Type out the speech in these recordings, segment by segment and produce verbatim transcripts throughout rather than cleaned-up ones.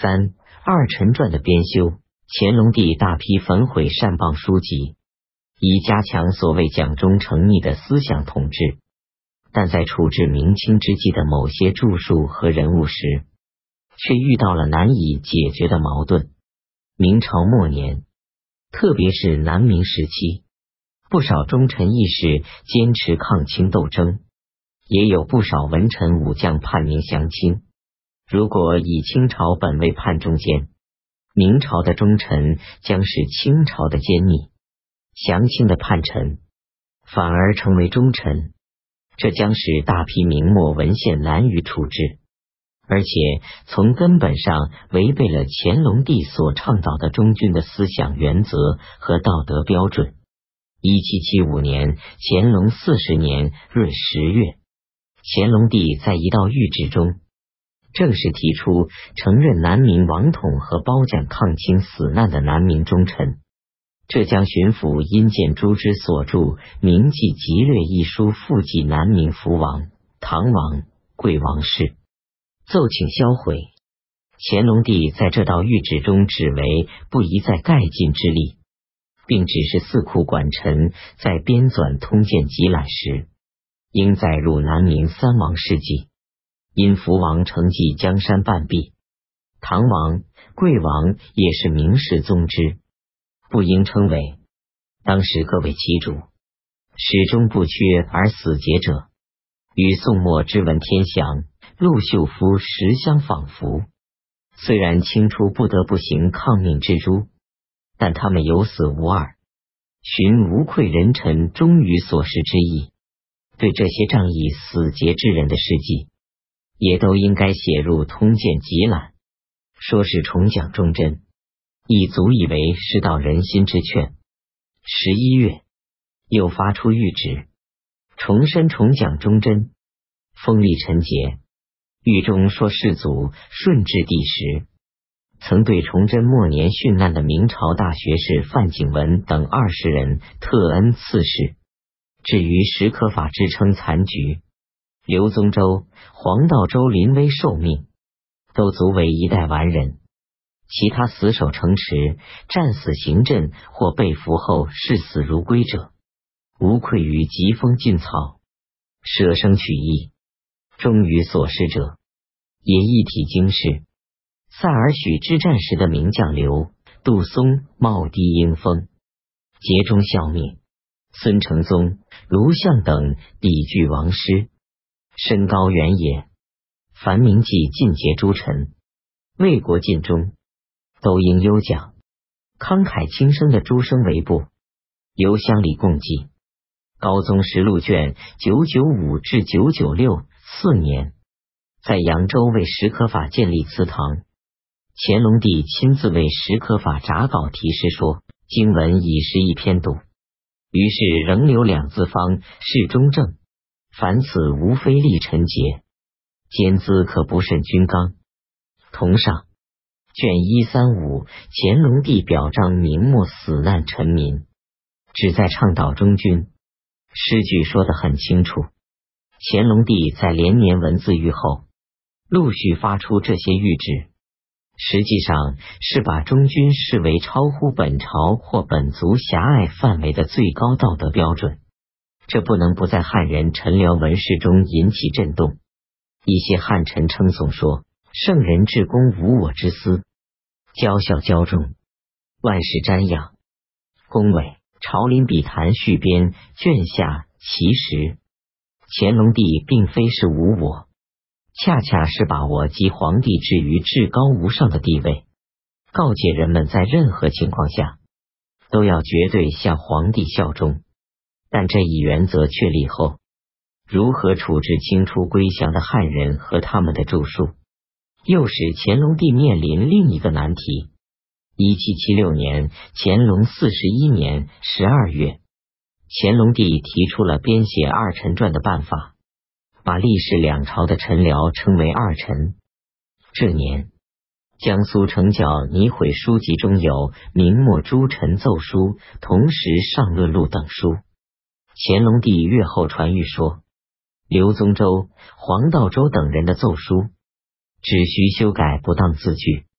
三、二陈传的编修，乾隆帝大批焚毁善谤书籍，以加强所谓讲忠诚逆的思想统治。但在处置明清之际的某些著述和人物时，却遇到了难以解决的矛盾。明朝末年，特别是南明时期，不少忠臣义士坚持抗清斗争，也有不少文臣武将叛明降清。如果以清朝本位判中间，明朝的忠臣将是清朝的奸逆，降清的叛臣反而成为忠臣，这将使大批明末文献难于处置，而且从根本上违背了乾隆帝所倡导的忠君的思想原则和道德标准。一七七五年，乾隆四十年闰十月，乾隆帝在一道谕旨中正式提出承认南明王统和褒奖抗清死难的南明忠臣。浙江巡抚殷建诸之所著《明记集略》一书附记南明福王、唐王、贵王氏，奏请销毁。乾隆帝在这道谕旨中指为不宜再盖进之例，并指示四库管臣在编纂通鉴集览时，应载入南明三王事迹。因福王承继江山半壁，唐王、贵王也是明世宗之，不应称为。当时各为其主，始终不缺而死节者，与宋末之文天祥、陆秀夫实相仿佛。虽然清初不得不行抗命之诛，但他们有死无二，寻无愧人臣忠于所事之意。对这些仗义死节之人的事迹，也都应该写入通鉴集览，说是重讲忠贞，亦足以为是道人心之劝。十一月，又发出谕旨，重申重讲忠贞，封立陈节。谕中说世祖顺治帝时，曾对崇祯末年殉难的明朝大学士范景文等二十人特恩赐谥。至于石可法之称残局，刘宗周、黄道周临危受命，都足为一代完人。其他死守城池、战死行阵或被俘后视死如归者，无愧于疾风劲草，舍生取义，忠于所事者，也一体经世。塞尔许之战时的名将刘、杜松冒低应封，节忠效命。孙承宗、卢象等抵拒王师，身高远也。凡铭记尽节诸臣，为国尽忠，都应优奖。慷慨轻生的诸生为部，由乡里共计。高宗实录卷九九五至九九六四年，在扬州为石可法建立祠堂。乾隆帝亲自为石可法札稿题诗说：“经文已是一篇读。”于是仍留两字方是中正，凡此无非立臣节，兼资可不甚君纲。同上卷一三五，乾隆帝表彰明末死难臣民，旨在倡导忠君。诗句说得很清楚。乾隆帝在连年文字狱后，陆续发出这些谕旨，实际上是把忠君视为超乎本朝或本族狭隘范围的最高道德标准，这不能不在汉人臣僚文士中引起震动。一些汉臣称颂说：“圣人至公无我之私，骄孝骄忠，万事瞻仰。”恭维《朝林笔谈续编》卷下。其实乾隆帝并非是无我，恰恰是把我及皇帝置于至高无上的地位，告诫人们在任何情况下都要绝对向皇帝效忠。但这一原则确立后，如何处置清初归降的汉人和他们的著述，又使乾隆帝面临另一个难题。一七七六年，乾隆四十一年十二月，乾隆帝提出了编写二臣传的办法，把历世两朝的臣僚称为二臣。这年，江苏成角拟毁书籍中有明末诸臣奏书、同时上论录等书。乾隆帝阅后传谕说，刘宗周、黄道周等人的奏书只需修改不当字句，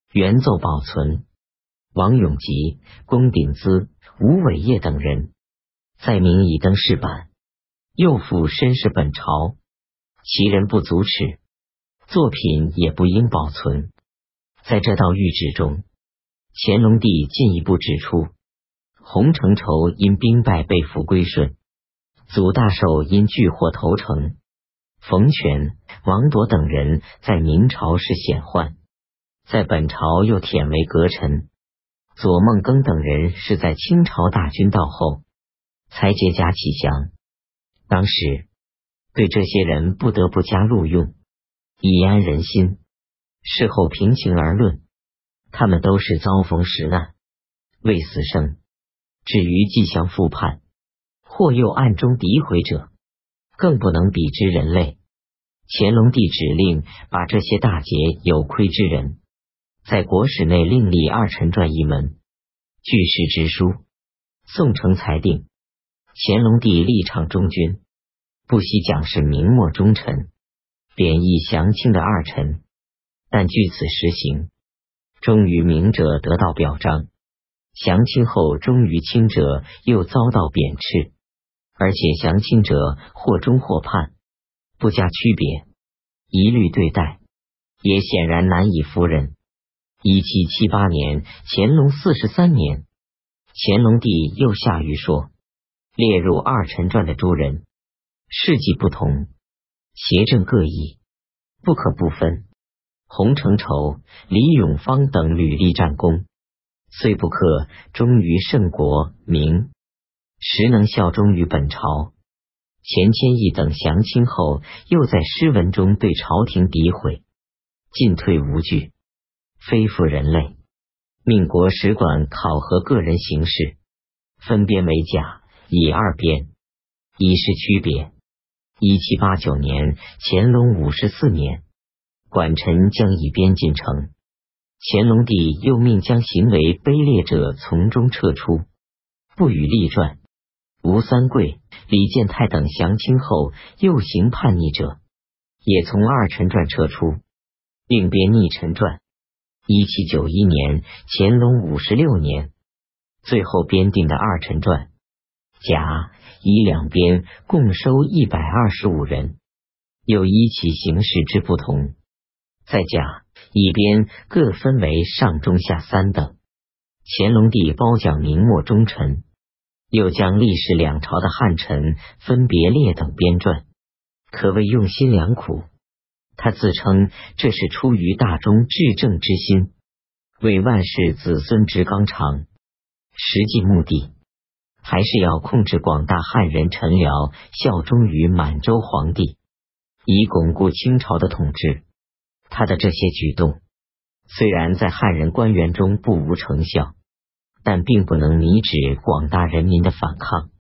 原奏保存。王永吉、龚鼎资、吴伟业等人载明以登轼版，又附申示本朝，其人不足耻，作品也不应保存。在这道谕旨中，乾隆帝进一步指出，洪承畴因兵败被俘归顺，祖大寿因拒获投诚，冯全、王铎等人在明朝是显宦，在本朝又舔为阁臣，左孟庚等人是在清朝大军到后才结假起降。当时对这些人不得不加录用，以安人心。事后平情而论，他们都是遭逢时难，未死生。至于既降复叛，或又暗中诋毁者，更不能比之人类。乾隆帝指令把这些大节有亏之人，在国史内另立二臣传一门，据实直书。宋承裁定，乾隆帝立场忠君，不惜讲是明末忠臣，贬义降清的二臣，但据此实行，忠于明者得到表彰，降清后忠于清者又遭到贬斥，而且降清者或忠或叛，不加区别，一律对待，也显然难以服人。一七七八年，乾隆四十三年，乾隆帝又下谕说，列入二臣传的诸人，事迹不同，邪正各异，不可不分。洪承畴、李永芳等屡立战功，虽不可忠于圣国明，实能效忠于本朝。钱谦益等降清后，又在诗文中对朝廷诋毁，进退无据，非复人类。命国史馆考核个人行事，分编为甲、乙二编，以示区别。一七八九年，乾隆五十四年，馆臣将乙编进城，乾隆帝又命将行为卑劣者从中撤出，不予立传。吴三桂、李建泰等降清后又行叛逆者，也从二臣传撤出，并编逆臣传。一七九一年，乾隆五十六年，最后编定的二臣传，甲、乙两编共收一百二十五人，又依其形式之不同，在甲、乙编各分为上中下三等。乾隆帝褒奖明末忠臣，又将历史两朝的汉臣分别列等编撰，可谓用心良苦。他自称这是出于大忠至正之心，为万世子孙之纲常，实际目的还是要控制广大汉人臣僚效忠于满洲皇帝，以巩固清朝的统治。他的这些举动虽然在汉人官员中不无成效，但并不能阻止广大人民的反抗。